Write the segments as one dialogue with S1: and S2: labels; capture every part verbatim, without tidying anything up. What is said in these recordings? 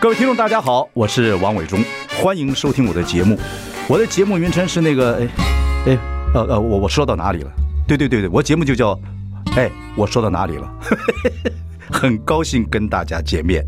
S1: 各位听众大家好，我是王伟忠，欢迎收听我的节目。我的节目名称是那个哎哎呃呃我我说到哪里了？对对对对，我节目就叫哎我说到哪里了？很高兴跟大家见面。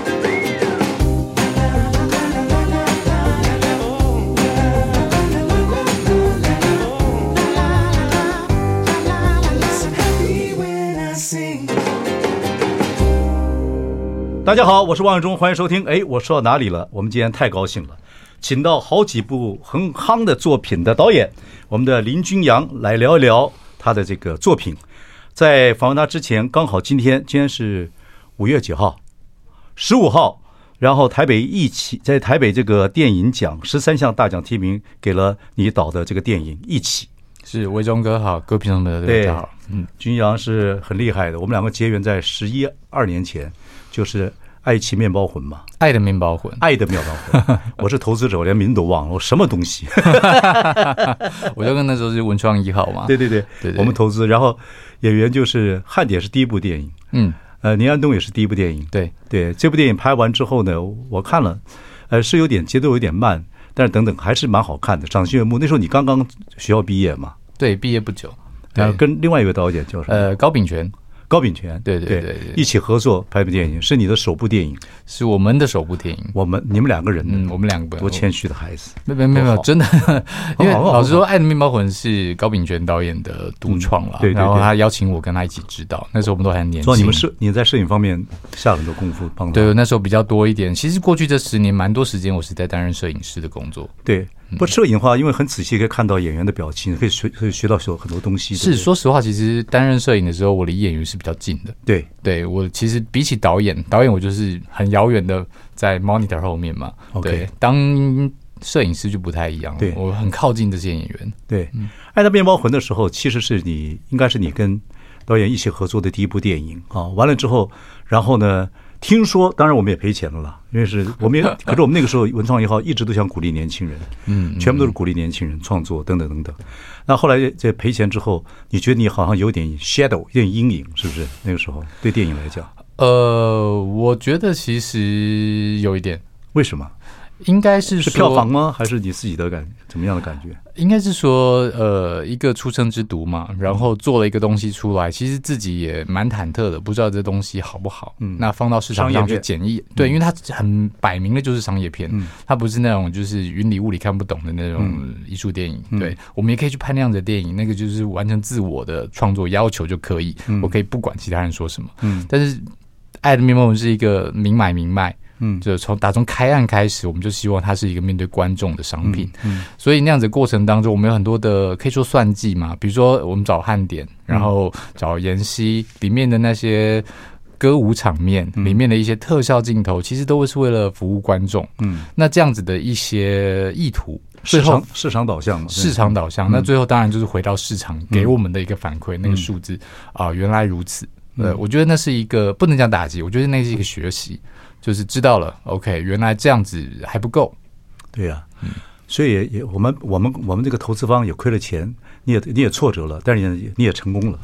S1: 大家好，我是王伟忠，欢迎收听。哎，我说到哪里了？我们今天太高兴了，请到好几部很夯的作品的导演，我们的林君阳来聊一聊他的这个作品。在访问他之前，刚好今天今天是五月几号？十五号。然后台北一起在台北这个电影奖十三项大奖提名，给了你导的这个电影《一起》。
S2: 是伟忠哥好，各位听众们大家好。
S1: 嗯，君阳是很厉害的，我们两个结缘在十一二年前。就是爱奇面包魂嘛，
S2: 爱的面包魂，
S1: 爱的面包魂。我是投资者，我连名都忘了，我什么东西？
S2: 我就跟那时候是文创一号嘛。
S1: 对对 对, 对, 对，我们投资，然后演员就是汉典是第一部电影，
S2: 嗯，
S1: 呃，倪安东也是第一部电影，
S2: 对
S1: 对。这部电影拍完之后呢，我看了，呃，是有点节奏有点慢，但是等等还是蛮好看的，赏心悦目。那时候你刚刚学校毕业嘛？
S2: 对，毕业不久。
S1: 然后跟另外一位导演叫什么？
S2: 呃，高秉权。
S1: 高秉权，
S2: 对对 对, 对, 对，
S1: 一起合作拍部电影，是你的首部电影，
S2: 是我们的首部电影。
S1: 我们你们两个人，
S2: 嗯，我们两个
S1: 多谦虚的孩子，
S2: 没没没有，真的，因为老实说，《爱的面包魂》是高秉权导演的独创了，
S1: 对对，
S2: 然后他邀请我跟他一起指导，那时候我们都还很年轻。
S1: 你们摄你在摄影方面下了很多功夫，帮他。
S2: 对，那时候比较多一点。其实过去这十年，蛮多时间我是在担任摄影师的工作。
S1: 对。不，摄影的话，因为很仔细可以看到演员的表情，可以学可以学到很多东西。
S2: 是，说实话，其实担任摄影的时候，我离演员是比较近的。
S1: 对，
S2: 对我其实比起导演，导演我就是很遥远的在 monitor 后面嘛。
S1: Okay.
S2: 对，当摄影师就不太一样了。
S1: 对，
S2: 我很靠近这些演员。
S1: 对，嗯，爱的面包魂的时候，其实是你应该是你跟导演一起合作的第一部电影啊。完了之后，然后呢？听说，当然我们也赔钱了啦，因为是我们也，可是我们那个时候文创一号一直都想鼓励年轻人，嗯，全部都是鼓励年轻人创作等等等等。那后来在赔钱之后，你觉得你好像有点 shadow， 有点阴影，是不是？那个时候对电影来讲，
S2: 呃，我觉得其实有一点。
S1: 为什么？
S2: 应该是说
S1: 是票房吗？还是你自己的感怎么样的感觉？
S2: 应该是说，呃，一个出生之犊嘛，然后做了一个东西出来，其实自己也蛮忐忑的，不知道这东西好不好。嗯，那放到市场上去检验，对，因为它很摆明的就是商业片，嗯，它不是那种就是云里雾里看不懂的那种艺术电影。嗯，对，我们也可以去拍那样的电影，那个就是完成自我的创作要求就可以，嗯，我可以不管其他人说什么。嗯，但是《爱的面包魂》是一个明买明卖。嗯，就从打从开案开始，我们就希望它是一个面对观众的商品。嗯，嗯所以那样子的过程当中，我们有很多的可以说算计嘛，比如说我们找汉典，然后找妍希里面的那些歌舞场面，嗯、里面的一些特效镜头，其实都是为了服务观众。嗯，那这样子的一些意图，
S1: 市场市场导向，
S2: 市场导向，嗯、那最后当然就是回到市场给我们的一个反馈，嗯、那个数字啊、呃，原来如此。呃，嗯、我觉得那是一个不能讲打击，我觉得那是一个学习。就是知道了 ，OK， 原来这样子还不够，
S1: 对呀、啊，嗯，所以也也我们我们我们这个投资方也亏了钱，你也你也挫折了，但是你你也成功了。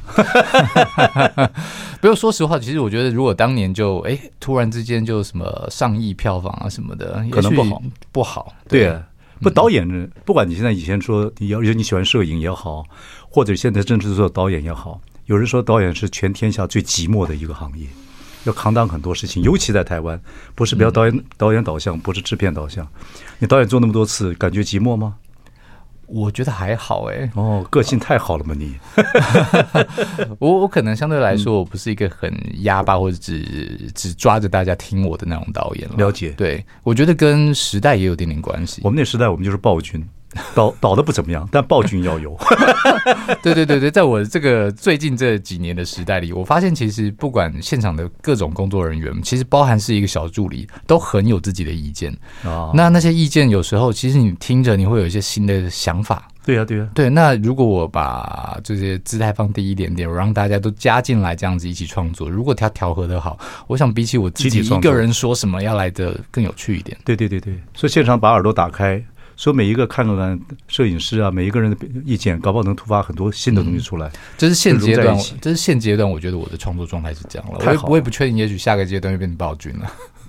S2: 不过说实话，其实我觉得如果当年就哎突然之间就什么上亿票房啊什么的，
S1: 可能不好
S2: 不好。
S1: 对啊，不导演呢，不管你现在以前说你要你喜欢摄影也好，或者现在正式做导演也好，有人说导演是全天下最寂寞的一个行业。要扛当很多事情，尤其在台湾，不是比较导演、嗯、导演导向，不是制片导向。你导演做那么多次，感觉寂寞吗？
S2: 我觉得还好哎、欸。
S1: 哦，个性太好了嘛你。
S2: 我我可能相对来说，我不是一个很压霸或者只只抓着大家听我的那种导演了。
S1: 了解，
S2: 对，我觉得跟时代也有点点关系。
S1: 我们那时代，我们就是暴君。导导的不怎么样，但暴君要有。
S2: 对对对对，在我这个最近这几年的时代里，我发现其实不管现场的各种工作人员，其实包含是一个小助理，都很有自己的意见。哦，那那些意见有时候其实你听着，你会有一些新的想法。
S1: 对呀、啊，对呀、啊，
S2: 对。那如果我把这些姿态放低一点点，我让大家都加进来，这样子一起创作，如果它调和的好，我想比起我自己一个人说什么，要来的更有趣一点。
S1: 对对对对，所以现场把耳朵打开。所以每一个看了摄影师啊，每一个人的意见，搞不好能突发很多新的东西出来。嗯、
S2: 这是现阶段，这是现阶段，我觉得我的创作状态是这样了。我也我也不确定，也许下个阶段又变成暴君了。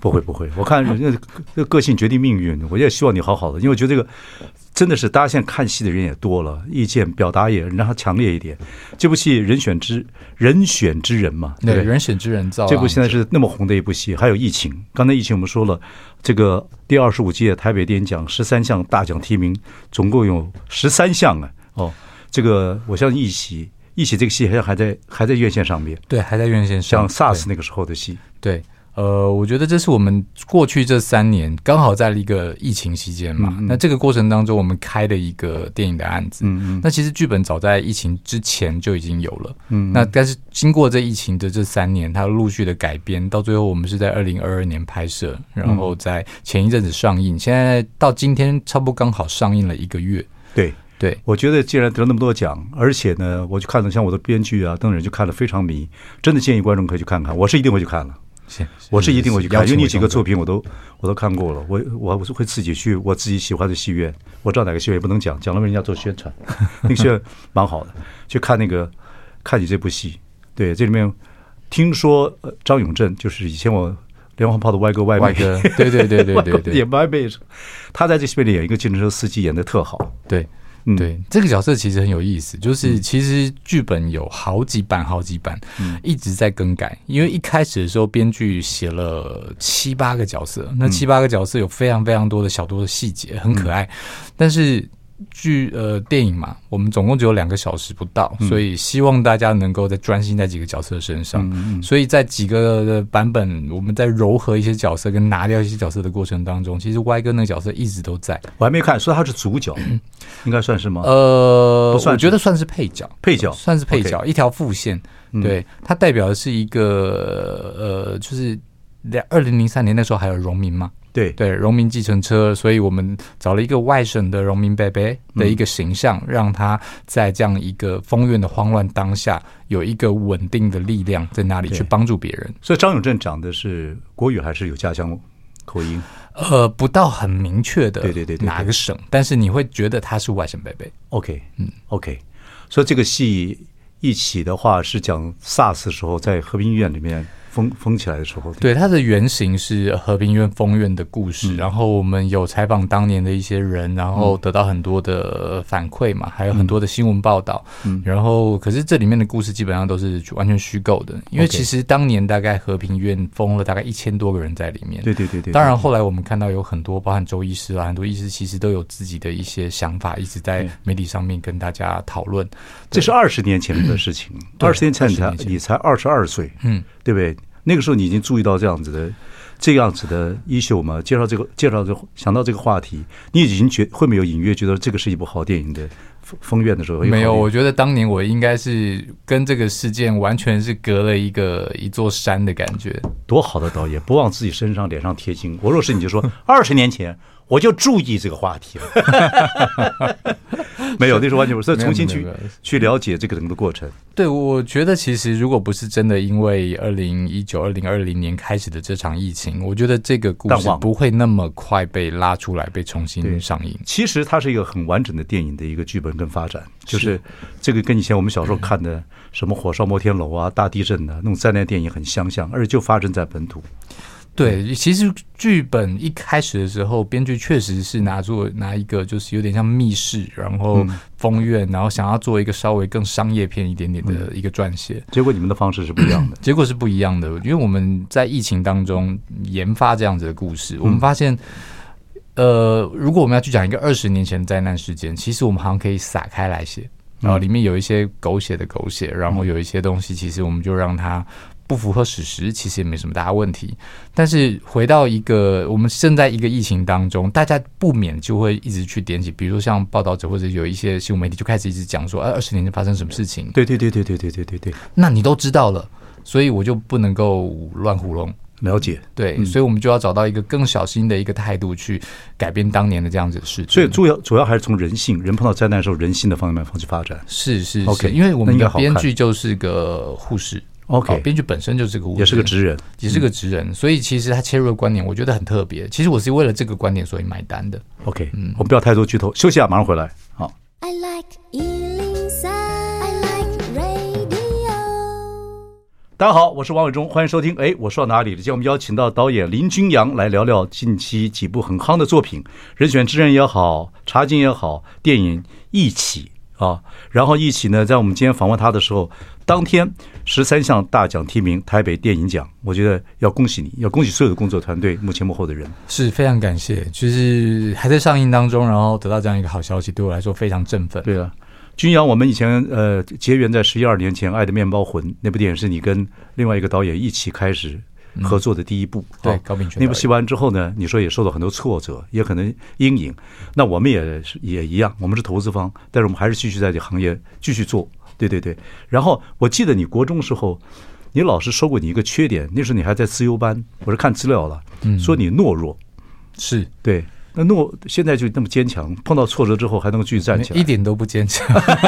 S1: 不会不会，我看人家个性决定命运，我也希望你好好的，因为我觉得这个真的是大家现在看戏的人也多了，意见表达也让它强烈一点。这部戏人选之人选之人嘛，对，
S2: 对，人选之人造。
S1: 这部现在是那么红的一部戏，还有疫情。刚才疫情我们说了，这个第二十五届台北电影奖十三项大奖提名，总共有十三项啊。哦，这个我相信一起一起这个戏好像还在还在院线上面，
S2: 对，还在院线上，
S1: 像 SARS 那个时候的戏，
S2: 对。呃，我觉得这是我们过去这三年刚好在一个疫情期间嘛，嗯嗯那这个过程当中我们开了一个电影的案子，嗯嗯那其实剧本早在疫情之前就已经有了，嗯嗯那但是经过这疫情的这三年，它陆续的改编，到最后我们是在二零二二年拍摄，然后在前一阵子上映，现在到今天差不多刚好上映了一个月，
S1: 对。
S2: 对，
S1: 我觉得既然得了那么多奖，而且呢，我去看了像我的编剧啊等人就看了非常迷，真的建议观众可以去看看，我是一定会去看了。我是一定会去看，因为你几个作品我都我都看过了，我我我是会自己去我自己喜欢的戏院，我知道哪个戏院也不能讲，讲了为人家做宣传，那个戏院蛮好的，去看那个看你这部戏。对，这里面听说张永正就是以前我连环炮的歪哥歪妹，
S2: 哥，对对对对对对，
S1: 演歪妹，他在这戏里演一个计程车司机，演得特好，
S2: 对。嗯、对，这个角色其实很有意思，就是其实剧本有好几版好几版、嗯、一直在更改，因为一开始的时候编剧写了七八个角色，那七八个角色有非常非常多的小多的细节，很可爱、嗯、但是剧呃电影嘛，我们总共只有两个小时不到、嗯、所以希望大家能够再专心在几个角色身上、嗯嗯、所以在几个的版本我们在糅合一些角色跟拿掉一些角色的过程当中，其实歪哥那个角色一直都在。
S1: 我还没看，说他是主角、嗯、应该算是吗？
S2: 呃，我觉得算是配角，
S1: 配角
S2: 算是配角、okay. 一条副线、嗯、对，它代表的是一个呃就是二零零三年那时候还有荣民嘛，
S1: 对
S2: 对，荣民计程车，所以我们找了一个外省的荣民伯伯的一个形象、嗯，让他在这样一个风院的慌乱当下，有一个稳定的力量在那里去帮助别人。
S1: 所以张永正讲的是国语还是有家乡口音？
S2: 呃，不到很明确的，
S1: 对对对对，
S2: 哪个省？但是你会觉得他是外省伯伯。
S1: OK， 嗯 ，OK， 所以这个戏一起的话是讲 SARS 的时候在和平医院里面。封封起来的时候，
S2: 对，它的原型是和平医院封院的故事、嗯、然后我们有采访当年的一些人，然后得到很多的反馈嘛、嗯、还有很多的新闻报道、嗯、然后可是这里面的故事基本上都是完全虚构的，因为其实当年大概和平医院封了大概一千多个人在里面，
S1: 对对对对，
S2: 当然后来我们看到有很多包含周医师啊，很多医师其实都有自己的一些想法，一直在媒体上面跟大家讨论。
S1: 这是二十年前的事情，二十年前你才你才二十二岁，嗯，对不对？那个时候你已经注意到这样子的这样子的衣袖嘛？介绍这个介绍这个想到这个话题，你已经觉会没有隐约觉得这个是一部好电影的封院的时候？
S2: 没有，我觉得当年我应该是跟这个事件完全是隔了一个一座山的感觉。
S1: 多好的导演，不往自己身上脸上贴金。我若是你就说二十年前我就注意这个话题了。没有，那时候完全不是，所以重新去去了解这个整个过程。
S2: 对，我觉得其实如果不是真的因为二零一九、二零二零年开始的这场疫情，我觉得这个故事不会那么快被拉出来，被重新上映。
S1: 其实它是一个很完整的电影的一个剧本跟发展，就是这个跟以前我们小时候看的什么火烧摩天楼啊、大地震啊那种灾难电影很相像，而且就发生在本土。
S2: 对，其实剧本一开始的时候，编剧确实是拿做拿一个就是有点像密室，然后封院，然后想要做一个稍微更商业片一点点的一个撰写。
S1: 结果你们的方式是不一样的，
S2: 结果是不一样的，因为我们在疫情当中研发这样子的故事，我们发现，呃，如果我们要去讲一个二十年前的灾难事件，其实我们好像可以撒开来写，然后里面有一些狗血的狗血，然后有一些东西，其实我们就让它不符合史实，其实也没什么大问题。但是回到一个我们正在一个疫情当中，大家不免就会一直去点起，比如说像报道者或者有一些新闻媒体就开始一直讲说，啊，二十年前发生什么事情？
S1: 对对对对对对对对对，
S2: 那你都知道了，所以我就不能够乱糊弄。
S1: 了解，
S2: 对、嗯，所以我们就要找到一个更小心的一个态度去改变当年的这样子的事情。
S1: 所以主要主要还是从人性，人碰到灾难的时候，人性的方面方去发展。
S2: 是是是
S1: ，OK，
S2: 因为我们的编剧就是个护士。
S1: OK，
S2: 编剧本身就是个护士，
S1: 也是个职人，
S2: 也是个职人，嗯、所以其实他切入的观点，我觉得很特别。其实我是为了这个观点所以买单的。
S1: OK，嗯，我们不要太多剧透，休息啊，马上回来。好。I like 一零三 I like radio。 大家好，我是王伟忠，欢迎收听。哎，我说到哪里了？今天我们邀请到导演林君阳来聊聊近期几部很夯的作品，《人选之人》也好，《茶金》也好，电影《一起》啊。然后《一起》呢，在我们今天访问他的时候，当天十三项大奖提名台北电影奖，我觉得要恭喜你，要恭喜所有的工作团队，幕前幕后的人，
S2: 是非常感谢。就是还在上映当中，然后得到这样一个好消息，对我来说非常振奋。
S1: 对啊。君阳，我们以前呃结缘在十一二年前，《爱的面包魂》那部电影是你跟另外一个导演一起开始合作的第一部。嗯、
S2: 对，高秉权
S1: 那部戏完之后呢，你说也受到很多挫折，也可能阴影。那我们也是也一样，我们是投资方，但是我们还是继续在这行业继续做。对对对。然后我记得你国中时候，你老师说过你一个缺点，那时候你还在资优班，我是看资料了，嗯、说你懦弱。
S2: 是
S1: 对。那懦现在就那么坚强，碰到挫折之后还能够继续站起来，
S2: 一点都不坚强。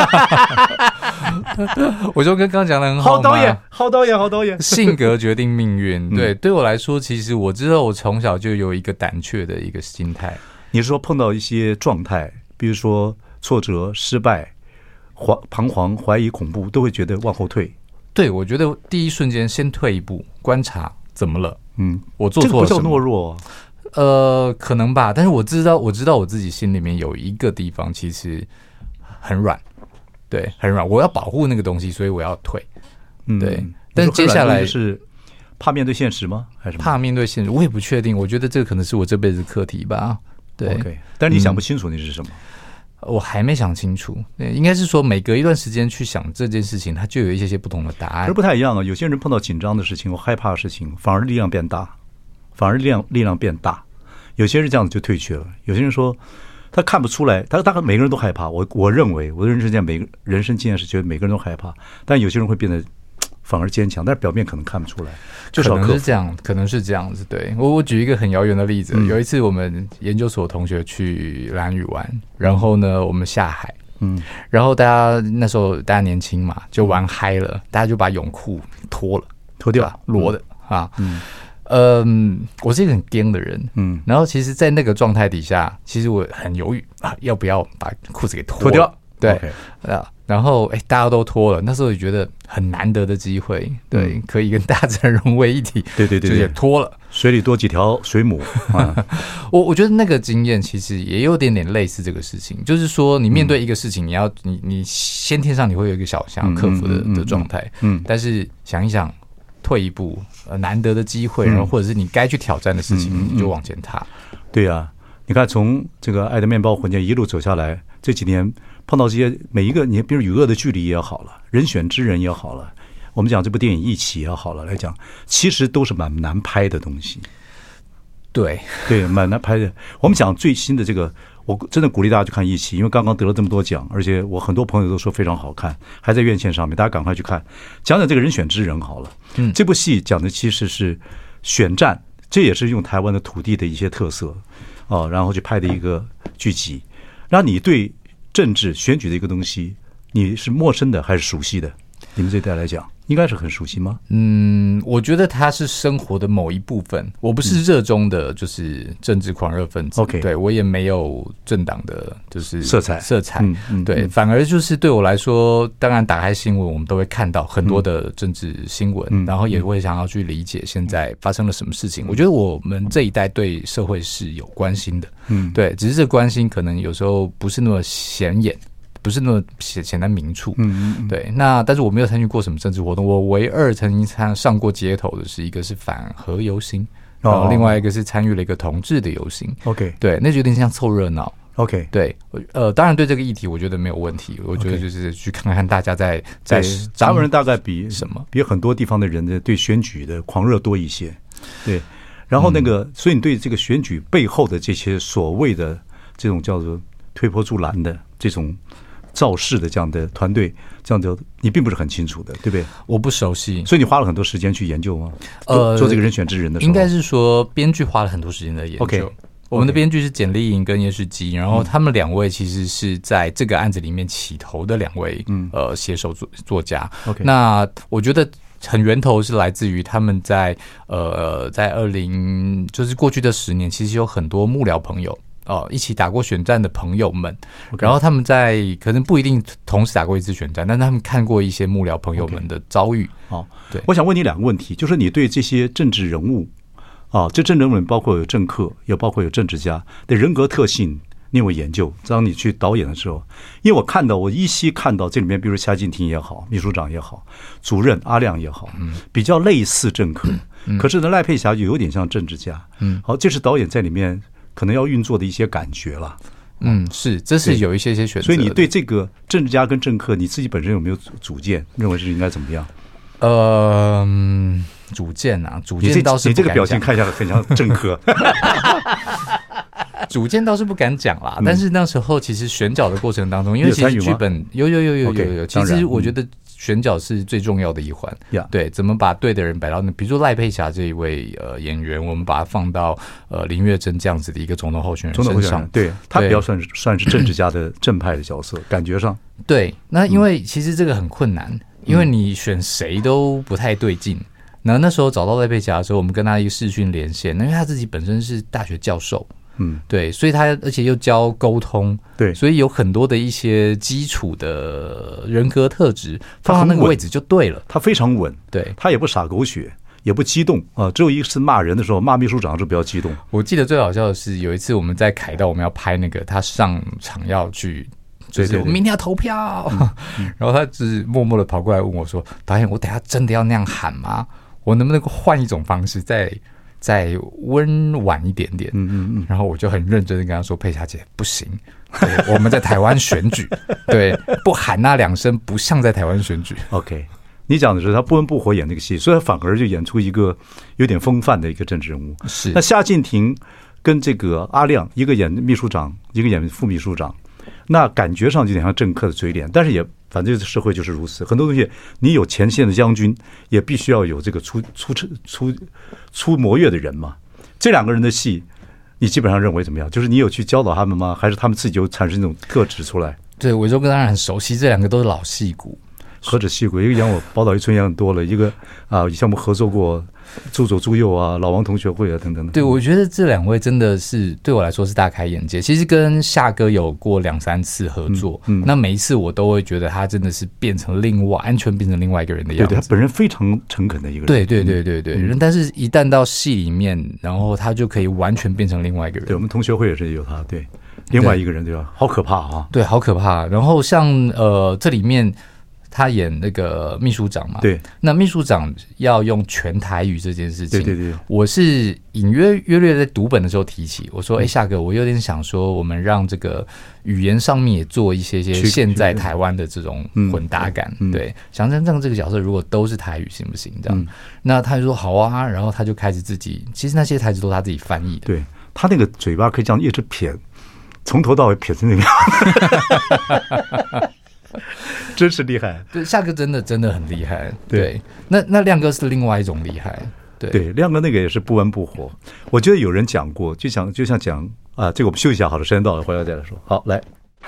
S2: 我就跟刚刚讲的很好，
S1: 好导演，好导演，好导演。
S2: 性格决定命运，对，对我来说，其实我知道我从小就有一个胆怯的一个心态。
S1: 你是说碰到一些状态，比如说挫折、失败、彷徨、怀疑、恐怖，都会觉得往后退？
S2: 对，我觉得第一瞬间先退一步，观察怎么了。嗯，我做错了什么？
S1: 这个不叫懦弱。
S2: 呃，可能吧，但是我知道，我知道我自己心里面有一个地方其实很软，对，很软。我要保护那个东西，所以我要退。嗯，对。但是接下来
S1: 是怕面对现实吗？还是
S2: 怕面对现实？我也不确定。我觉得这个可能是我这辈子的课题吧。对。
S1: OK， 但是你想不清楚那是什么？
S2: 嗯、我还没想清楚。应该是说每隔一段时间去想这件事情，它就有一些些不同的答案。
S1: 可是不太一样啊。有些人碰到紧张的事情或害怕的事情，反而力量变大。反而力量力量变大，有些人这样子就退却了。有些人说他看不出来，他大概每个人都害怕。我我认为我的人生经验，每个人生经验是觉得每个人都害怕，但有些人会变得反而坚强，但是表面可能看不出来。
S2: 可能是这样，可能是这样子。对，我我举一个很遥远的例子，嗯、有一次我们研究所同学去兰屿玩，然后呢我们下海，嗯，然后大家那时候大家年轻嘛，就玩嗨了，大家就把泳裤脱了，
S1: 脱掉，
S2: 裸的、嗯、啊，嗯。嗯，我是一个很颠的人，嗯，然后其实，在那个状态底下，其实我很犹豫啊，要不要把裤子给脱
S1: 脱掉？
S2: 对，啊，然后哎，大家都脱了，那时候也觉得很难得的机会，对，嗯、可以跟大自然融为一体，
S1: 对对对，
S2: 就也脱了，
S1: 水里多几条水母。啊、
S2: 我我觉得那个经验其实也有点点类似这个事情，就是说你面对一个事情，你要你你先天上你会有一个小想要克服的、嗯、的状态，嗯，但是想一想。退一步，呃，难得的机会，然后或者是你该去挑战的事情，嗯、你就往前踏。
S1: 对啊，你看从这个《爱的面包魂》一路走下来，这几年碰到这些每一个，你比如与恶的距离也好了，人选之人也好了，我们讲这部电影一起也好了来讲，其实都是蛮难拍的东西。
S2: 对
S1: 对，蛮难拍的。我们讲最新的这个，我真的鼓励大家去看一起，因为刚刚得了这么多奖，而且我很多朋友都说非常好看，还在院线上面，大家赶快去看。讲讲这个人选之人好了。嗯，这部戏讲的其实是选战，这也是用台湾的土地的一些特色哦，然后去拍的一个剧集。让你对政治选举的一个东西，你是陌生的还是熟悉的？你们这一代来讲，应该是很熟悉吗？
S2: 嗯，我觉得它是生活的某一部分。我不是热衷的，就是政治狂热分子。OK， 对我也没有政党的，就是
S1: 色彩
S2: 色彩。嗯嗯，对，反而就是对我来说，当然打开新闻，我们都会看到很多的政治新闻，嗯、然后也会想要去理解现在发生了什么事情。我觉得我们这一代对社会是有关心的。嗯，对，只是这关心可能有时候不是那么显眼。不是那么显在明处，嗯嗯，对。那但是我没有参与过什么政治活动，我唯二曾经参上过街头的是一个是反核游行，然后另外一个是参与了一个同志的游行。OK， 对，那有点像凑热闹。OK， 对，呃，当然对这个议题我觉得没有问题，我觉得就是去看看大家在在
S1: 咱们人大概比
S2: 什么，
S1: 比很多地方的人的对选举的狂热多一些，对。然后那个，所以你对这个选举背后的这些所谓的这种叫做推波助澜的这种。造势的这样的团队，这样的你并不是很清楚的，对不对？
S2: 我不熟悉，
S1: 所以你花了很多时间去研究吗？呃，做这个人选之人的时候，
S2: 应该是说编剧花了很多时间在研究。Okay, 我们的编剧是简丽莹跟叶世基，然后他们两位其实是在这个案子里面起头的两位、嗯、呃写手作作家。Okay, 那我觉得很源头是来自于他们在呃在二零就是过去的十年，其实有很多幕僚朋友。 哦一起打过选战的朋友们， okay. 然后他们在可能不一定同时打过一次选战，但是他们看过一些幕僚朋友们的遭遇。
S1: 好、okay. 哦，对，我想问你两个问题，就是你对这些政治人物啊，这政治人物包括有政客，也包括有政治家的人格特性。你有研究，当你去导演的时候，因为我看到，我依稀看到这里面，比如夏靖庭也好，秘书长也好，主任阿亮也好，比较类似政客，可是呢，赖佩霞就有点像政治家。嗯，好，这是导演在里面可能要运作的一些感觉了。
S2: 嗯，是，这是有一些些选择。
S1: 所以你对这个政治家跟政客，你自己本身有没有主见，认为是应该怎么样？
S2: 呃，主见啊，主见倒是
S1: 你这个表情看起来很像政客。
S2: 主见倒是不敢讲啦、嗯，但是那时候其实选角的过程当中，因为其实剧本有有有有有有， okay, 其实我觉得选角是最重要的一环。嗯、对，怎么把对的人摆到那，比如说赖佩霞这一位呃演员，我们把他放到呃林月珍这样子的一个总统候选人身上，
S1: 对他比较算是算是政治家的正派的角色，感觉上。
S2: 对，那因为其实这个很困难，因为你选谁都不太对劲。那那时候找到赖佩霞的时候，我们跟他一个视讯连线，因为他自己本身是大学教授。嗯，对，所以他而且又教沟通，
S1: 对，
S2: 所以有很多的一些基础的人格特质放到那个位置就对了。
S1: 他非常稳，
S2: 对，
S1: 他也不洒狗血，也不激动啊。只有一次骂人的时候，骂秘书长就比较激动。
S2: 我记得最好笑的是有一次我们在凯道，我们要拍那个他上场要去，就是我们明天要投票，嗯嗯、然后他只默默的跑过来问我说：“导演，我等一下真的要那样喊吗？我能不能够换一种方式再？”再温婉一点点，嗯嗯嗯，然后我就很认真的跟他说：“佩霞姐，不行，对，我们在台湾选举，对，不喊那两声，不像在台湾选举。”
S1: OK， 你讲的是他不温不火演那个戏，所以他反而就演出一个有点风范的一个政治人物。
S2: 是，
S1: 那夏靖庭跟这个阿亮，一个演秘书长，一个演副秘书长，那感觉上就有点像政客的嘴脸，但是也。反正社会就是如此，很多东西你有前线的将军，也必须要有这个出出出出谋略的人嘛。这两个人的戏，你基本上认为怎么样？就是你有去教导他们吗？还是他们自己就产生这种特质出来？
S2: 对，伟忠哥当然很熟悉，这两个都是老戏骨。
S1: 何止戏骨，一个演我宝岛一村演多了，一个啊，以前我们合作过助左助右啊，老王同学会啊等等的。
S2: 对，我觉得这两位真的是对我来说是大开眼界。其实跟夏哥有过两三次合作，嗯嗯、那每一次我都会觉得他真的是变成另外，完全变成另外一个人的样子。
S1: 对对，他本人非常诚恳的一个人。
S2: 对对对对对，嗯、但是一旦到戏里面，然后他就可以完全变成另外一个人。
S1: 对，我们同学会也是有他，对，另外一个人对吧？好可怕啊！
S2: 对，好可怕。然后像呃这里面。他演那个秘书长嘛，
S1: 对，
S2: 那秘书长要用全台语这件事情，
S1: 对对对，
S2: 我是隐约约略在读本的时候提起，我说，哎、欸，夏哥，我有点想说，我们让这个语言上面也做一些些现在台湾的这种混搭感，嗯、对，想真正这个角色如果都是台语行不行？这样，嗯、那他就说好啊，然后他就开始自己，其实那些台词都是他自己翻译的，
S1: 对他那个嘴巴可以这样一直撇，从头到尾撇成那个样。真是厉害，
S2: 对，夏哥真的真的很厉害，对，对那那亮哥是另外一种厉害，对
S1: 对，亮哥那个也是不温不火。我觉得有人讲过，就想就像讲啊，这个我们休息一下，好了，时间到了，回来再来说。好，来。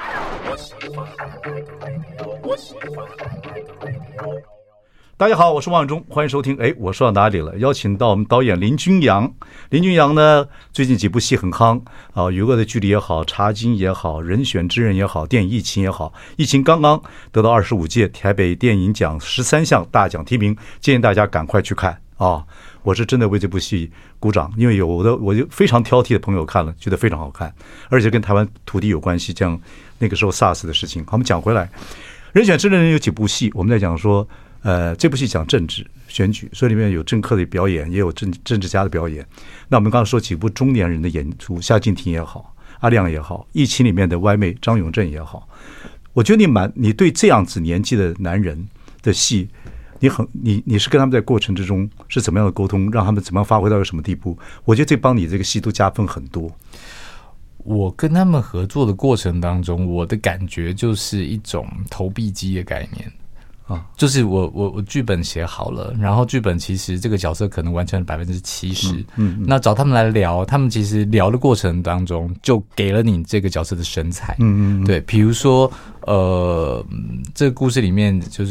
S1: 大家好，我是王永忠，欢迎收听。哎，我说到哪里了？邀请到我们导演林君阳。林君阳呢，最近几部戏很夯啊，《余恶的距离》也好，《茶金》也好，《人选之人》也好，电影《疫情》也好，《疫情》刚刚得到二十五届台北电影奖十三项大奖提名，建议大家赶快去看啊！我是真的为这部戏鼓掌，因为有的我就非常挑剔的朋友看了，觉得非常好看，而且跟台湾土地有关系，这样那个时候 SARS 的事情。好，我们讲回来，《人选之人》有几部戏，我们在讲说。呃，这部戏讲政治选举，所以里面有政客的表演，也有政政治家的表演。那我们刚刚说几部中年人的演出，夏靖庭也好，阿亮也好，《疫情》里面的歪妹张永正也好，我觉得你蛮，你对这样子年纪的男人的戏，你很，你你是跟他们在过程之中是怎么样的沟通，让他们怎么样发挥到什么地步？我觉得这帮你这个戏都加分很多。
S2: 我跟他们合作的过程当中，我的感觉就是一种投币机的概念。啊，就是我我我剧本写好了，然后剧本其实这个角色可能完成了百分之七十，嗯，那找他们来聊，他们其实聊的过程当中就给了你这个角色的身材，嗯嗯，对，比如说呃，这个故事里面就是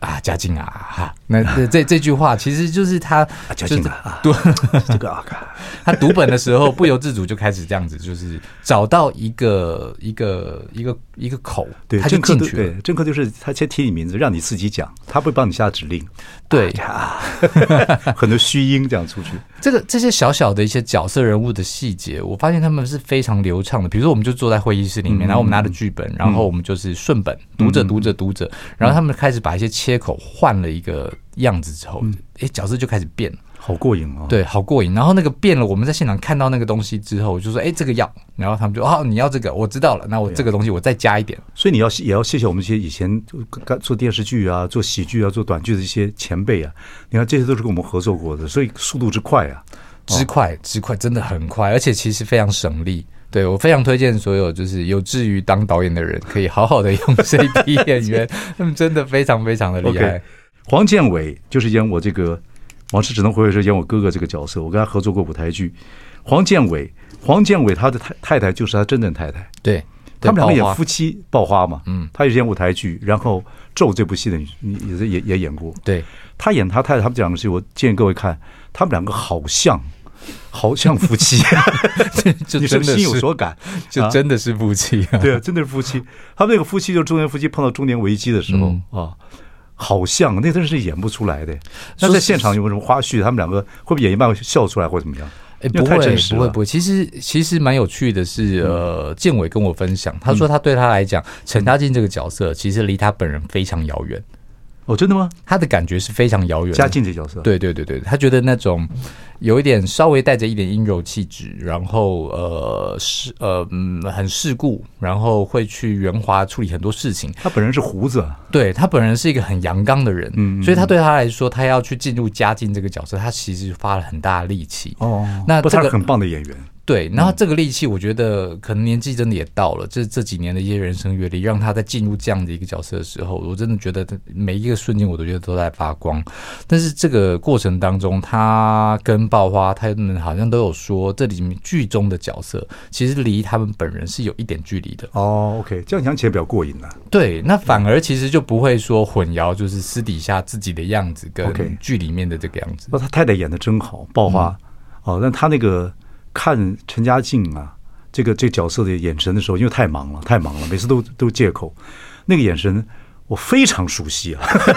S2: 啊，嘉靖啊，哈，那这这句话其实就是他
S1: 嘉靖啊，
S2: 读
S1: 这个啊，
S2: 他读本的时候不由自主就开始这样子，就是找到一个一个一个一个口，
S1: 对，
S2: 他就进去了。
S1: 对，政客就是他先提你名字，让你自己讲，他不会帮你下指令。
S2: 对，
S1: 啊、很多虚音这样出去。
S2: 这个这些小小的一些角色人物的细节，我发现他们是非常流畅的。比如说，我们就坐在会议室里面，嗯、然后我们拿着剧本，然后我们就是顺本、嗯、读着读着读着，然后他们开始把一些切口换了一个样子之后，哎、嗯，角色就开始变了。
S1: 好过瘾哦！
S2: 对，好过瘾。然后那个变了，我们在现场看到那个东西之后，我就说：“哎，这个要。”然后他们就：“哦，你要这个，我知道了。那我这个东西我再加一点。”
S1: 所以你要也要谢谢我们这些以前做电视剧啊、做喜剧啊、做短剧的一些前辈啊。你看，这些都是跟我们合作过的，所以速度之快啊，
S2: 之快之快，真的很快，而且其实非常省力。对，我非常推荐所有就是有志于当导演的人，可以好好的用这一批演员，他们真的非常非常的厉害。
S1: Okay. 黄建伟就是演我这个。王室只能回味是演我哥哥这个角色，我跟他合作过舞台剧。黄建伟，黄建伟他的太太太就是他真正太太，
S2: 对，
S1: 他们两个演夫妻爆花嘛，
S2: 嗯，
S1: 他也演舞台剧，然后《咒》这部戏的你也也也演过，
S2: 对，
S1: 他演他太太，他们这两个戏，我建议各位看，他们两个好像，好像夫妻，
S2: 就
S1: 你是不是心有所感？
S2: 就真的是夫妻、啊，
S1: 对，真的是夫妻。他们那个夫妻就是中年夫妻碰到中年危机的时候、嗯、啊。好像那真是演不出来的。那在现场有什么花絮？他们两个会不会演一半笑出来，或者怎么样？
S2: 哎，不会，不会，不会。其实，其实蛮有趣的是，呃，建伟跟我分享，他说他对他来讲，陈嘉靖这个角色其实离他本人非常遥远。
S1: 哦，真的吗？
S2: 他的感觉是非常遥远。
S1: 嘉靖这角色，
S2: 对对对对，他觉得那种有一点稍微带着一点阴柔气质，然后呃是呃嗯很世故，然后会去圆滑处理很多事情。
S1: 他本人是胡子，
S2: 对他本人是一个很阳刚的人，嗯，所以他对他来说，他要去进入嘉靖这个角色，他其实花了很大的力气。
S1: 哦，那这个很棒的演员。
S2: 对，然后这个力气，我觉得可能年纪真的也到了，这这几年的一些人生阅历，让他在进入这样的一个角色的时候，我真的觉得每一个瞬间，我都觉得都在发光。但是这个过程当中，他跟爆花他们好像都有说，这里面剧中的角色其实离他们本人是有一点距离的。
S1: 哦 ，OK， 这样讲起来比较过瘾了、啊。
S2: 对，那反而其实就不会说混淆，就是私底下自己的样子跟剧里面的这个样子。
S1: 哦，他太太演的真好，爆花、嗯、哦，但他那个。看陈嘉靖啊，这个这个角色的眼神的时候，因为太忙了，太忙了，每次都都借口，那个眼神我非常熟悉啊。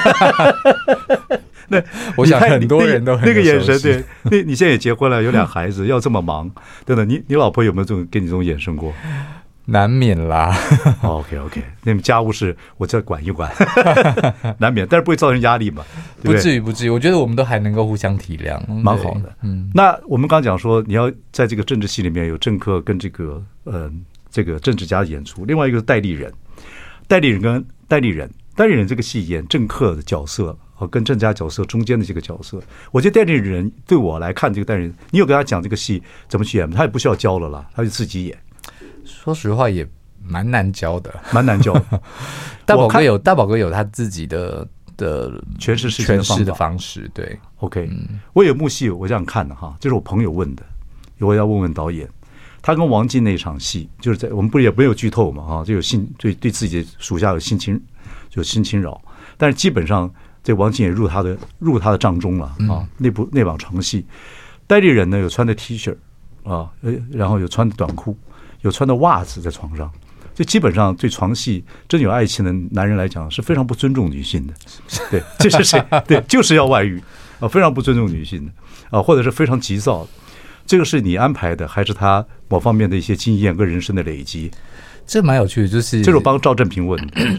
S1: 那
S2: 我想很多人都很
S1: 那个眼神，对，那你现在也结婚了，有俩孩子，要这么忙，等等，你你老婆有没有这种给你这种眼神过？
S2: 难免啦。
S1: OK OK， 那么家务事我再管一管，难免，但是不会造成压力嘛？对不对？
S2: 不至于，不至于。我觉得我们都还能够互相体谅，
S1: 蛮好的。嗯，那我们刚讲说，你要在这个政治戏里面有政客跟这个呃这个政治家的演出，另外一个是代理人，代理人跟代理人，代理人这个戏演政客的角色和跟政治家角色中间的这个角色，我觉得代理人对我来看，这个代理人，你有跟他讲这个戏怎么去演吗？他也不需要教了啦，他就自己演。
S2: 说实话也蛮难教的，
S1: 蛮难教的。
S2: 大宝哥有大宝哥有他自己的的
S1: 诠释
S2: 诠释的方式，对
S1: ，OK、嗯。我有幕戏，我这样看的哈，就是我朋友问的，我要问问导演，他跟王静那场戏，就是在我们不也没有剧透嘛哈，就有性对对自己的属下有性侵，有性侵扰，但是基本上这王静也入他的入他的帐中了啊、嗯。那部那场长戏，代理人呢有穿的 T 恤啊，然后有穿的短裤。有穿的袜子在床上，就基本上对床戏真有爱情的男人来讲是非常不尊重女性的，对，这是谁？对，就是要外遇啊，非常不尊重女性的啊，或者是非常急躁的。这个是你安排的，还是他某方面的一些经验跟人生的累积？
S2: 这蛮有趣的，就是
S1: 这是我帮赵正平问的，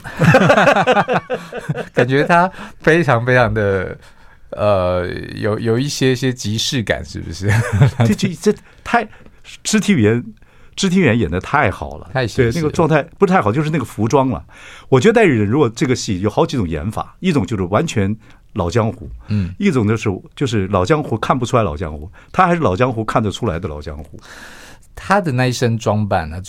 S2: 感觉他非常非常的呃，有有一些些即视感，是不是？
S1: 这这这太肢体语言。肢体语言演得太好了，
S2: 太
S1: 对那个状态不是太好，就是那个服装了。我觉得代理人如果这个戏有好几种演法，一种就是完全老江湖，嗯，一种就是就是老江湖看不出来老江湖，他还是老江湖看得出来的老江湖。
S2: 他的那一身装扮呢，就是、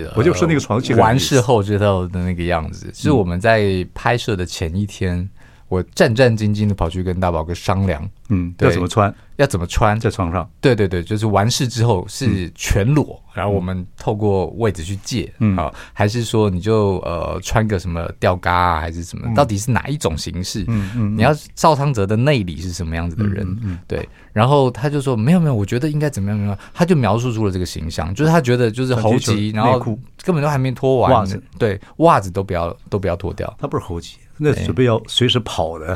S2: 嗯、
S1: 我就说那个床戏
S2: 完事后之后的那个样子，是我们在拍摄的前一天。 我战战兢兢的跑去跟大宝哥商量，
S1: 嗯，要怎么穿，
S2: 要怎么穿
S1: 在床上。
S2: 对对对，就是完事之后是全裸，嗯、然后我们透过位置去借，嗯，好，还是说你就呃穿个什么吊嘎啊，还是什么？嗯、到底是哪一种形式？嗯嗯，你要赵昌泽的内里是什么样子的人？嗯 嗯, 嗯，对。然后他就说没有没有，我觉得应该怎么样怎么样，他就描述出了这个形象，就是他觉得就是猴急，然后根本都还没脱完，
S1: 袜子
S2: 对袜子都不要都不要脱掉，
S1: 他不是猴急。那准备要随时跑的，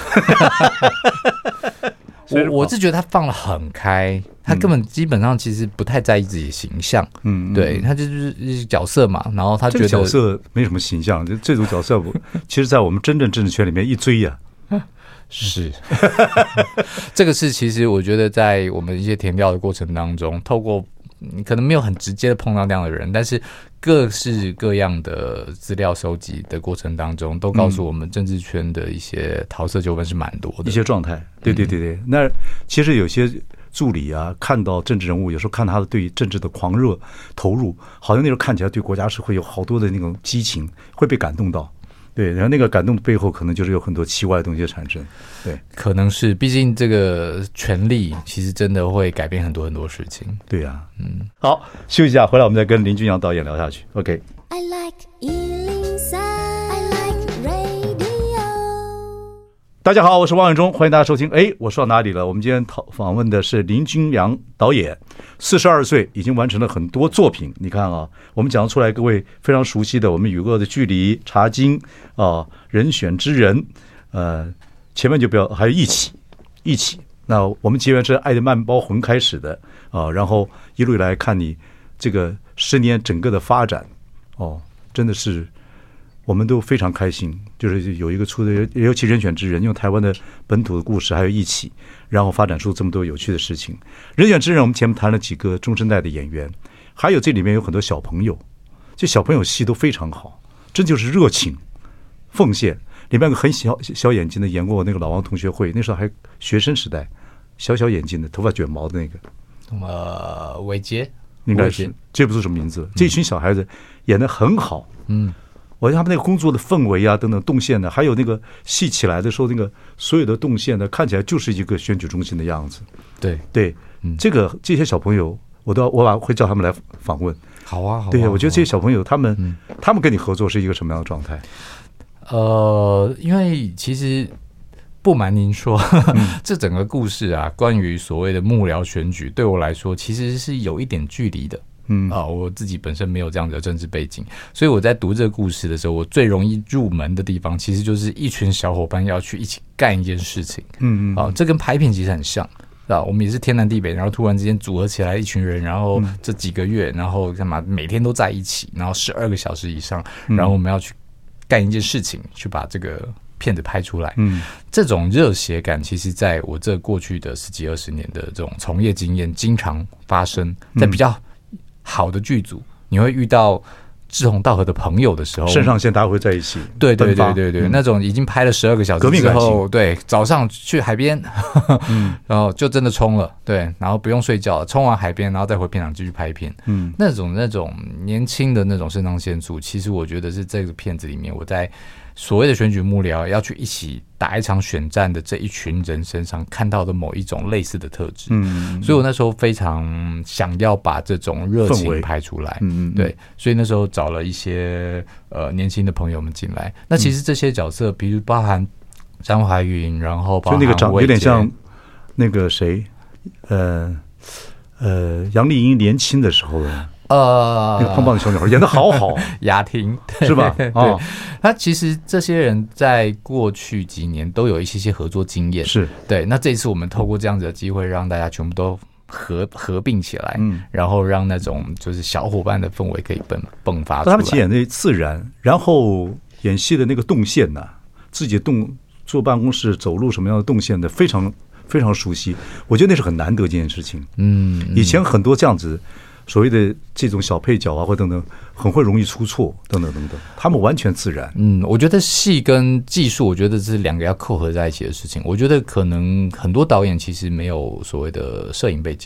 S2: 我我是觉得他放得很开，他根本基本上其实不太在意自己的形象，嗯，对他就是角色嘛，然后他觉得
S1: 这个角色没什么形象，这这种角色，其实在我们真正政治圈里面一追呀、啊，
S2: 是这个是其实我觉得在我们一些填调的过程当中，透过你可能没有很直接的碰到这样的人，但是各式各样的资料收集的过程当中，都告诉我们政治圈的一些桃色纠纷是蛮多的
S1: 一些状态。对对对对，嗯、那其实有些助理啊，看到政治人物，有时候看他的对政治的狂热投入，好像那时候看起来对国家是会有好多的那种激情，会被感动到。对，然后那个感动的背后，可能就是有很多奇怪的东西产生。对，
S2: 可能是，毕竟这个权力其实真的会改变很多很多事情。
S1: 对呀、啊，嗯，好，休息一下，回来我们再跟林君阳导演聊下去。OK。I like 一零三 I like radio。大家好，我是王伟忠，欢迎大家收听。哎，我说到哪里了？我们今天访问的是林君阳导演，四十二岁已经完成了很多作品。你看啊，我们讲出来各位非常熟悉的，我们与恶的距离、茶经啊、人选之人，呃，前面就不要，还有一起，一起。那我们结缘是爱的慢包魂开始的啊，然后一路以来看你这个十年整个的发展，哦，真的是。我们都非常开心，就是有一个出的，尤其人选之人，用台湾的本土的故事，还有一起，然后发展出这么多有趣的事情。人选之人，我们前面谈了几个中生代的演员，还有这里面有很多小朋友，这小朋友戏都非常好，真就是热情、奉献。里面有个很小小眼睛的，演过我那个老王同学会，那时候还学生时代，小小眼睛的，头发卷毛的那个，
S2: 呃，伟杰，
S1: 应该是记不住什么名字了。这群小孩子演得很好，嗯。我觉得他们那个工作的氛围啊，等等动线呢，还有那个戏起来的时候，那个所有的动线呢，看起来就是一个选举中心的样子。
S2: 对
S1: 对，嗯，这个这些小朋友，我都要我把会叫他们来访问。
S2: 好啊，好啊。
S1: 对，我觉得这些小朋友，他们、嗯、他们跟你合作是一个什么样的状态？
S2: 呃，因为其实不瞒您说，嗯、这整个故事啊，关于所谓的幕僚选举，对我来说其实是有一点距离的。嗯啊，我自己本身没有这样的政治背景，所以我在读这个故事的时候，我最容易入门的地方，其实就是一群小伙伴要去一起干一件事情。嗯嗯，啊，这跟拍片其实很像，啊，我们也是天南地北，然后突然之间组合起来一群人，然后这几个月，然后干嘛，每天都在一起，然后十二个小时以上，然后我们要去干一件事情，去把这个片子拍出来。嗯，这种热血感，其实在我这过去的十几二十年的这种从业经验，经常发生在比较好的剧组，你会遇到志同道合的朋友的时候，
S1: 肾上腺大家会在一起。
S2: 对对对对对，嗯、那种已经拍了十二个小时之后，对，早上去海边，嗯，然后就真的冲了，对，然后不用睡觉，冲完海边，然后再回片场继续拍片，嗯，那种那种年轻的那种肾上腺素，其实我觉得是这个片子里面我在所谓的选举幕僚要去一起打一场选战的这一群人身上看到的某一种类似的特质，嗯，所以我那时候非常想要把这种热情拍出来，嗯，对，所以那时候找了一些呃年轻的朋友们进来。那其实这些角色，比如包含张怀云，然后包含
S1: 就那个长有点像那个谁，呃呃杨丽英年轻的时候。呃，那个胖胖的小女孩演得好好，
S2: 雅婷
S1: 是吧？
S2: 哦，他其实这些人在过去几年都有一些些合作经验，
S1: 是对。
S2: 那这一次我们透过这样子的机会，让大家全部都合合并起来，嗯，然后让那种就是小伙伴的氛围可以迸迸发出来。
S1: 他们演的自然，然后演戏的那个动线呢、啊，自己动坐办公室走路什么样的动线的，非常非常熟悉。我觉得那是很难得这件事情。嗯，以前很多这样子。所谓的这种小配角啊，或等等，很会容易出错，等等等等，他们完全自然。
S2: 嗯，我觉得戏跟技术，我觉得是两个要扣合在一起的事情。我觉得可能很多导演其实没有所谓的摄影背景，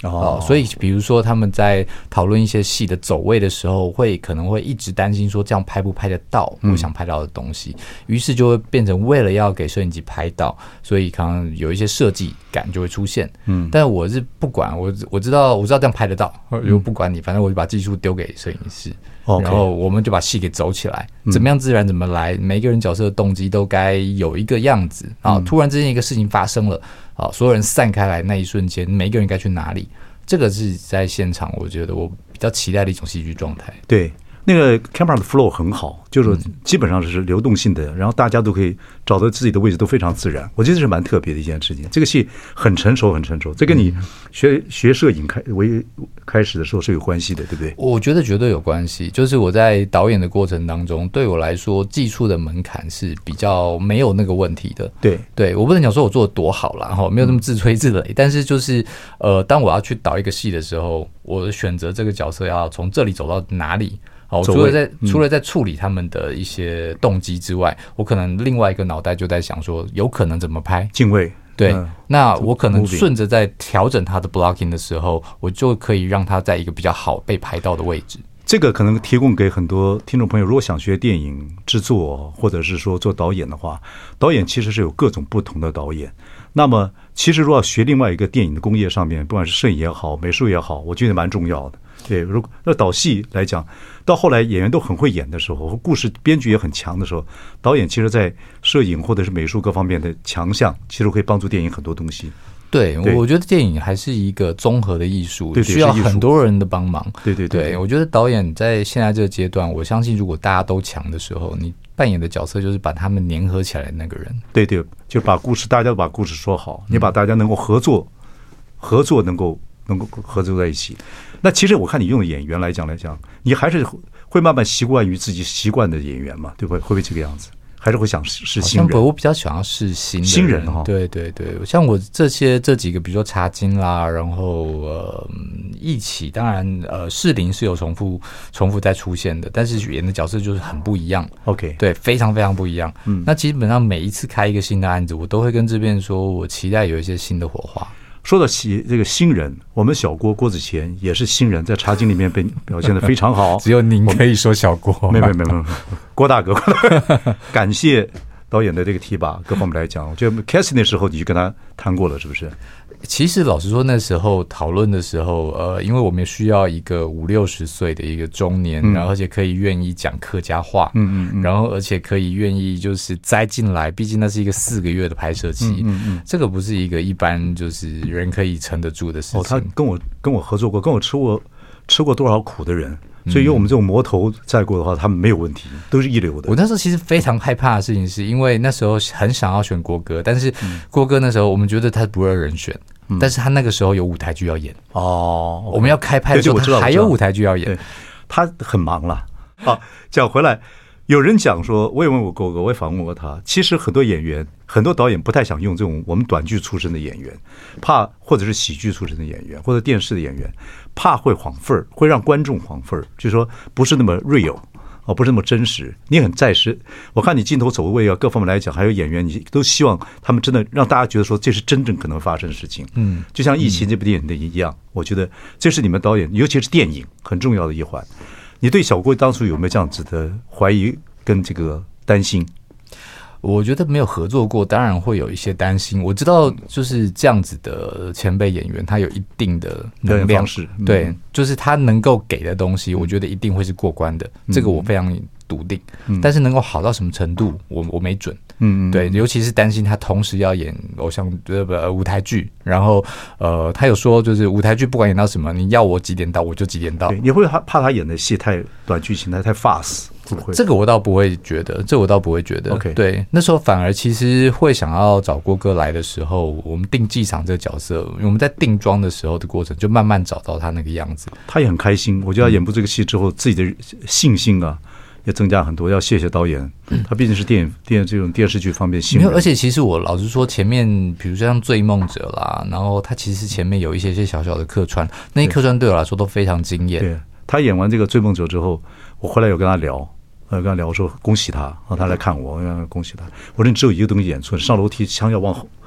S2: 哦、呃，所以比如说他们在讨论一些戏的走位的时候，会可能会一直担心说这样拍不拍得到我想拍到的东西，于、嗯、是就会变成为了要给摄影机拍到，所以可能有一些设计感就会出现。嗯，但我是不管，我我知道我知道这样拍得到，我不管你，反正我就把技术丢给摄影师。Okay. 然后我们就把戏给走起来，怎么样自然怎么来，每一个人角色的动机都该有一个样子啊！突然之间一个事情发生了啊，所有人散开来那一瞬间，每一个人该去哪里？这个是在现场，我觉得我比较期待的一种戏剧状态。
S1: 对。那个 camera 的 flow 很好，就是基本上是流动性的，然后大家都可以找到自己的位置，都非常自然。我觉得这是蛮特别的一件事情。这个戏很成熟，很成熟。这跟你学学摄影开为开始的时候是有关系的，对不对？
S2: 我觉得绝对有关系。就是我在导演的过程当中，对我来说，技术的门槛是比较没有那个问题的。
S1: 对，
S2: 对我不能讲说我做的多好啦，哈，没有那么自吹自擂。但是就是呃，当我要去导一个戏的时候，我选择这个角色要从这里走到哪里。哦，除了在除了在处理他们的一些动机之外，嗯，我可能另外一个脑袋就在想说，有可能怎么拍
S1: 敬畏。
S2: 对，嗯，那我可能顺着在调整他的 blocking 的时候，我就可以让他在一个比较好被拍到的位置。
S1: 这个可能提供给很多听众朋友，如果想学电影制作或者是说做导演的话，导演其实是有各种不同的导演。那么其实如果要学另外一个电影的工业上面，不管是摄影也好，美术也好，我觉得蛮重要的。对，如果那导戏来讲，到后来演员都很会演的时候，故事编剧也很强的时候，导演其实在摄影或者是美术各方面的强项，其实可以帮助电影很多东西。
S2: 对，对，我觉得电影还是一个综合的艺术，需要很多人的帮忙。
S1: 对对 对,
S2: 对，我觉得导演在现在这个阶段，我相信如果大家都强的时候，你扮演的角色就是把他们粘合起来的那个人。
S1: 对对，就把故事，大家都把故事说好，你把大家能够合作，合作能够能够合作在一起。那其实我看你用的演员来讲来讲，你还是会慢慢习惯于自己习惯的演员嘛，对不对？会不会这个样子？还是会想试新人？
S2: 我比较想要试新的人
S1: 新人哈。
S2: 对对对，像我这些这几个，比如说茶金啦，然后呃一起，当然呃士林是有重复重复在出现的，但是演的角色就是很不一样。
S1: OK，
S2: 对，非常非常不一样。嗯，那基本上每一次开一个新的案子，我都会跟这边说，我期待有一些新的火花。
S1: 说到起这个新人，我们小郭郭子乾也是新人，在茶经里面被表现得非常好。
S2: 只有您可以说小郭，
S1: 没有没有没有，郭大哥，郭大哥感谢导演的这个提拔，各方面来讲，我觉得 casting 的时候你就跟他谈过了，是不是？
S2: 其实老实说，那时候讨论的时候，呃，因为我们需要一个五六十岁的一个中年，嗯、然后而且可以愿意讲客家话，嗯嗯嗯，然后而且可以愿意就是栽进来，毕竟那是一个四个月的拍摄期，嗯 嗯, 嗯，这个不是一个一般就是人可以撑得住的事情。哦，
S1: 他跟我跟我合作过，跟我吃过吃过多少苦的人。所以，用我们这种魔头再过的话，他们没有问题，都是一流的。
S2: 我那时候其实非常害怕的事情，是因为那时候很想要选郭哥，但是郭哥那时候我们觉得他不二人选，嗯、但是他那个时候有舞台剧要演哦，我们要开拍的时候，他还有舞台剧要演，
S1: 他很忙了。好，讲回来，有人讲说，我也问过郭哥，我也访问过他，其实很多演员、很多导演不太想用这种我们短剧出身的演员，怕或者是喜剧出身的演员，或者电视的演员。怕会晃份儿，会让观众晃份儿，就是说不是那么 real 哦，不是那么真实。你很在实，我看你镜头走位啊，各方面来讲，还有演员，你都希望他们真的让大家觉得说这是真正可能发生的事情。嗯，就像《疫情》这部电影的一样，我觉得这是你们导演，尤其是电影很重要的一环。你对小郭当初有没有这样子的怀疑跟这个担心？
S2: 我觉得没有合作过，当然会有一些担心。我知道就是这样子的前辈演员，他有一定的能量，
S1: 嗯、
S2: 对，就是他能够给的东西，我觉得一定会是过关的，嗯、这个我非常笃定。嗯、但是能够好到什么程度，我我没准。嗯，对，尤其是担心他同时要演偶像呃舞台剧，然后呃，他有说就是舞台剧不管演到什么，你要我几点到我就几点到。
S1: 对，你会怕他演的戏太短剧情，太太 fast。
S2: 这个我倒不会觉得，这我倒不会觉得。
S1: Okay.
S2: 对，那时候反而其实会想要找郭哥来的时候，我们定剧场这个角色，我们在定妆的时候的过程，就慢慢找到他那个样子。
S1: 他也很开心，我觉得他演部这个戏之后，自己的信心啊也增加很多。要谢谢导演，他毕竟是电影、电这种电视剧方面新人。
S2: 没有，而且其实我老实说，前面比如说像《醉梦者》啦，然后他其实前面有一些些小小的客串，那些客串对我来说都非常惊艳。
S1: 对，他演完这个《醉梦者》之后，我回来有跟他聊。呃，跟他聊说恭喜他，然后他来看我，我恭喜他。我说你只有一个东西演错，上楼梯枪要往后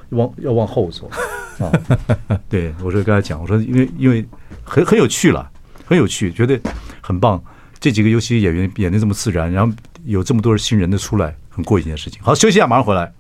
S1: 往要往后走啊。对，我说跟他讲，我说因为因为很很有趣了，很有趣，觉得很棒。这几个游戏演员演得这么自然，然后有这么多新人的出来，很过瘾的事情。好，休息一下，马上回来。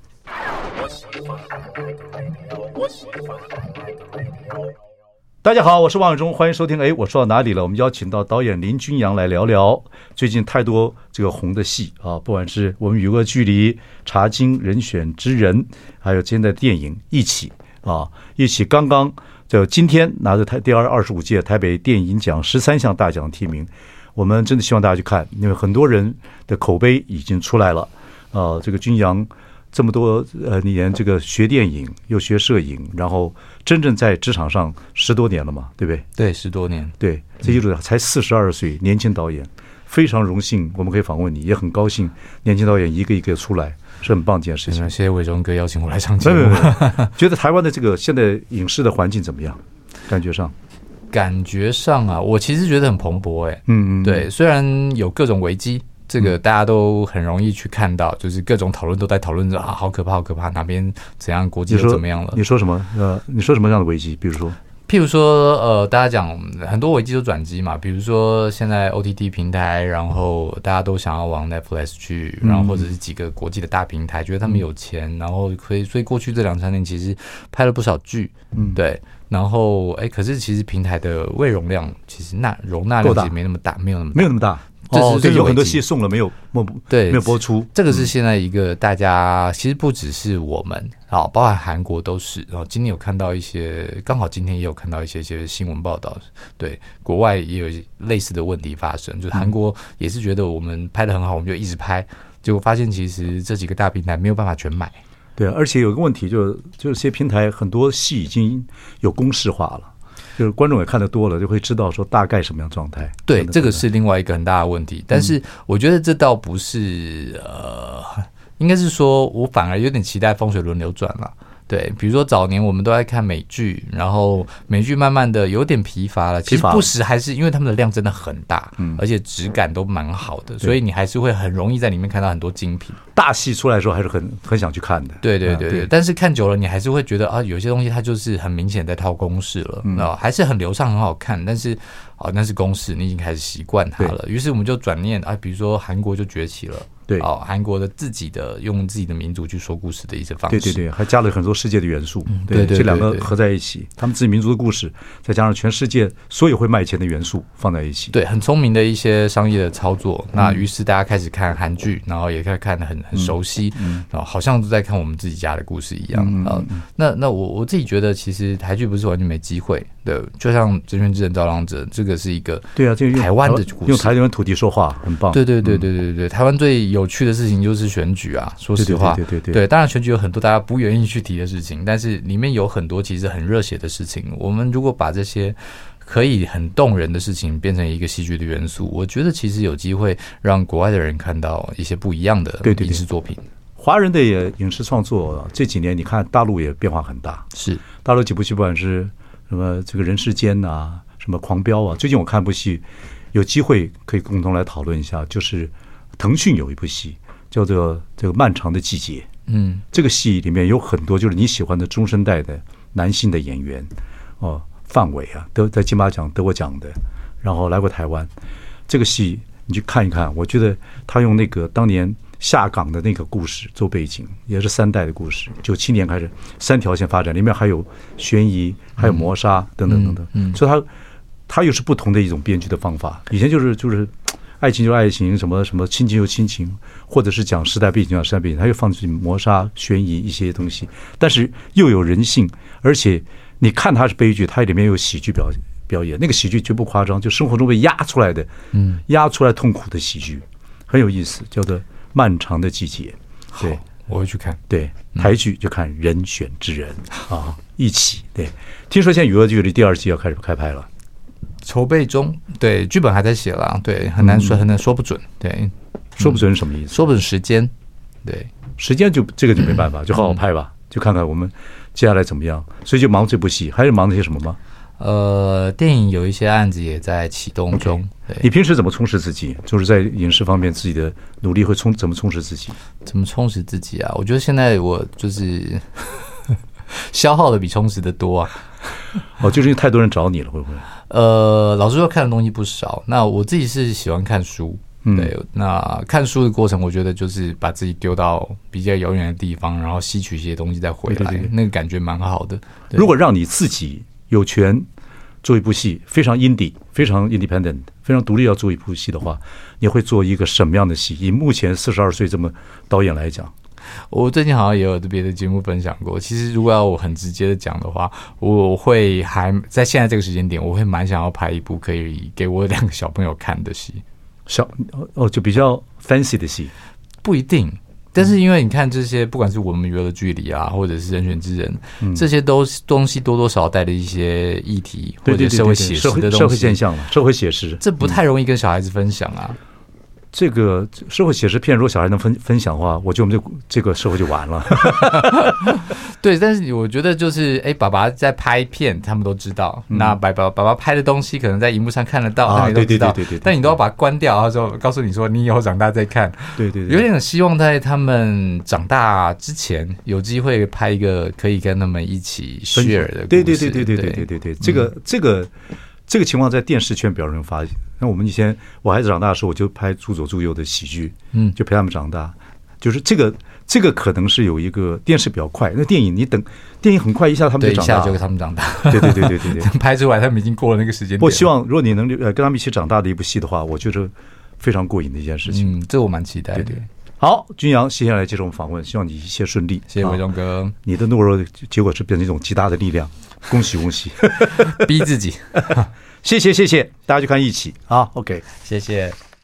S1: 大家好，我是王伟忠，欢迎收听。哎，我说到哪里了？我们邀请到导演林君阳来聊聊最近太多这个红的戏啊，不管是我们与恶距离、茶经、人选之人，还有今天的电影一起啊，一起刚刚就今天拿着台第二二十五届台北电影奖十三项大奖提名，我们真的希望大家去看，因为很多人的口碑已经出来了。啊，这个君阳这么多呃年，这个学电影又学摄影，然后真正在职场上十多年了嘛，对不对？
S2: 对，十多年。
S1: 对，这一路才四十二岁，年轻导演，非常荣幸我们可以访问你，也很高兴年轻导演一个一个出来，是很棒的一件事情。
S2: 谢谢伟忠哥邀请我来上节目。
S1: 觉得台湾的这个现在影视的环境怎么样？感觉上？
S2: 感觉上啊，我其实觉得很蓬勃哎、欸。
S1: 嗯嗯，
S2: 对，虽然有各种危机。这个大家都很容易去看到，就是各种讨论都在讨论着啊，好可怕，好可怕，哪边怎样，国际又怎么样了？
S1: 你说什么？呃，你说什么样的危机？比如说，
S2: 譬如说，呃，大家讲很多危机都转机嘛，比如说现在 O T T 平台，然后大家都想要往 Netflix 去，然后或者是几个国际的大平台，觉得他们有钱，然后可以，所以过去这两三年其实拍了不少剧，嗯，对。然后，哎，可是其实平台的胃容量其实那容纳量其实没那么大，没有那么大
S1: 没有那么大。哦，对，有很多戏送了没有没对没有播出，
S2: 这个是现在一个大家其实不只是我们啊，包含韩国都是。然后今天有看到一些，刚好今天也有看到一些一些新闻报道，对，国外也有类似的问题发生，就是韩国也是觉得我们拍得很好，我们就一直拍，结果发现其实这几个大平台没有办法全买。
S1: 对，而且有一个问题就是，就是这些平台很多戏已经有公式化了。就是观众也看得多了，就会知道说大概什么样状态。
S2: 对，这个是另外一个很大的问题。但是我觉得这倒不是呃，应该是说我反而有点期待风水轮流转了。对，比如说早年我们都在看美剧，然后美剧慢慢的有点疲乏了。其实不时还是因为他们的量真的很大，嗯，而且质感都蛮好的，所以你还是会很容易在里面看到很多精品。
S1: 大戏出来的时候还是很很想去看的。
S2: 对对对 对, 对，但是看久了你还是会觉得啊，有些东西它就是很明显在套公式了，嗯，还是很流畅很好看，但是哦那是公式，你已经开始习惯它了。于是我们就转念啊，比如说韩国就崛起了。对，哦，韩国的自己的用自己的民族去说故事的一些方式，
S1: 对对对，还加了很多世界的元素，嗯、对, 对, 对, 对，这两个合在一起，他们自己民族的故事，再加上全世界所有会卖钱的元素放在一起，
S2: 对，很聪明的一些商业的操作。那于是大家开始看韩剧，然后也开始看得很很熟悉，嗯，然后好像都在看我们自己家的故事一样。嗯嗯嗯、呃，那那我我自己觉得，其实台剧不是完全没机会。对，就像《真选之人造浪者》，这个是一个
S1: 对啊，这个
S2: 台湾的故事，
S1: 用台湾土地说话，很棒。
S2: 对对对对对对，台湾最有趣的事情就是选举啊，说实话，
S1: 对对对 对, 对,
S2: 对，当然选举有很多大家不愿意去提的事情，但是里面有很多其实很热血的事情。我们如果把这些可以很动人的事情变成一个戏剧的元素，我觉得其实有机会让国外的人看到一些不一样的影视作品。
S1: 对对对，华人的影视创作这几年，你看大陆也变化很大，
S2: 是
S1: 大陆几部戏，不管是什么这个人世间啊，什么狂飙啊，最近我看部戏，有机会可以共同来讨论一下，就是腾讯有一部戏叫做这个漫长的季节，嗯，这个戏里面有很多就是你喜欢的中生代的男性的演员，哦，范伟啊，得在金马奖得过奖的，然后来过台湾，这个戏你去看一看，我觉得他用那个当年下岗的那个故事做背景，也是三代的故事，九七年开始三条线发展，里面还有悬疑，还有谋杀等等等等，嗯嗯、所以他他又是不同的一种编剧的方法。以前就是就是爱情就爱情，什么什么亲情就亲情，或者是讲时代背景讲时代背景，他又放进谋杀、悬疑一些东西，但是又有人性，而且你看它是悲剧，它里面有喜剧表表演，那个喜剧绝不夸张，就生活中被压出来的，嗯，压出来痛苦的喜剧，很有意思，叫做漫长的季节。对，
S2: 我会去看。
S1: 对，台剧就看人选之人、嗯、啊，一起。对，听说现在《与恶距离》第二季要开始开拍了，
S2: 筹备中。对，剧本还在写啦，对，很难说，很难说不准。对，
S1: 说不准是什么意思？
S2: 说不准时间。对，
S1: 时间就这个就没办法，就好好拍吧，嗯、就看看我们接下来怎么样。所以就忙这部戏，还是忙那些什么吗？
S2: 呃，电影有一些案子也在启动中。
S1: Okay. 你平时怎么充实自己？就是在影视方面自己的努力会充怎么充实自己？
S2: 怎么充实自己啊？我觉得现在我就是消耗的比充实的多啊。
S1: 哦，就是因为太多人找你了，会不会？
S2: 呃，老实说，看的东西不少。那我自己是喜欢看书。对，那看书的过程，我觉得就是把自己丢到比较遥远的地方，然后吸取一些东西再回来，对对对，那个感觉蛮好的。
S1: 如果让你自己有权做一部戏，非常 indie、非常 independent、非常独立要做一部戏的话，你会做一个什么样的戏？以目前四十二岁这么导演来讲，
S2: 我最近好像也有别的节目分享过。其实如果要我很直接的讲的话，我会还在现在这个时间点，我会蛮想要拍一部可以给我两个小朋友看的戏。
S1: 小哦，就比较 fancy 的戏，
S2: 不一定。但是因为你看这些，不管是我们娱乐的距离啊，或者是人选之人，嗯、这些都东西多多少少带的一些议题或者社会写实的东西，
S1: 社会现象了，社会写实，
S2: 这不太容易跟小孩子分享啊。嗯，
S1: 这个社会写实片，如果小孩能分分享的话，我觉得我们这这个社会就完了。
S2: 对，但是我觉得就是，哎，爸爸在拍片，他们都知道。嗯、那爸爸爸爸拍的东西，可能在荧幕上看得到，他们都知道。对对对对对。但你都要把它关掉，然后说告诉你说，你以后长大再看。
S1: 对对对。
S2: 有点希望在他们长大之前，有机会拍一个可以跟他们一起 share 的故事。
S1: 对对对对对对对对对，这个这个。这个情况在电视圈比较容易发现。那我们以前我孩子长大的时候，我就拍朱左朱右的喜剧，嗯，就陪他们长大。就是这个这个可能是有一个电视比较快，那电影你等电影很快一下他们就长大，
S2: 一下就跟他们长大。
S1: 对对对对对对，
S2: 拍出来他们已经过了那个时间点。
S1: 我希望如果你能呃跟他们一起长大的一部戏的话，我觉得非常过瘾的一件事情。
S2: 嗯，这我蛮期待的。对对，
S1: 好，君阳接下来接受我们访问，希望你一切顺利。
S2: 谢谢伟忠哥，
S1: 你的懦弱结果是变成一种极大的力量，恭喜恭喜，
S2: 逼自己。
S1: 谢谢谢谢，大家去看一起啊 ，OK，
S2: 谢谢。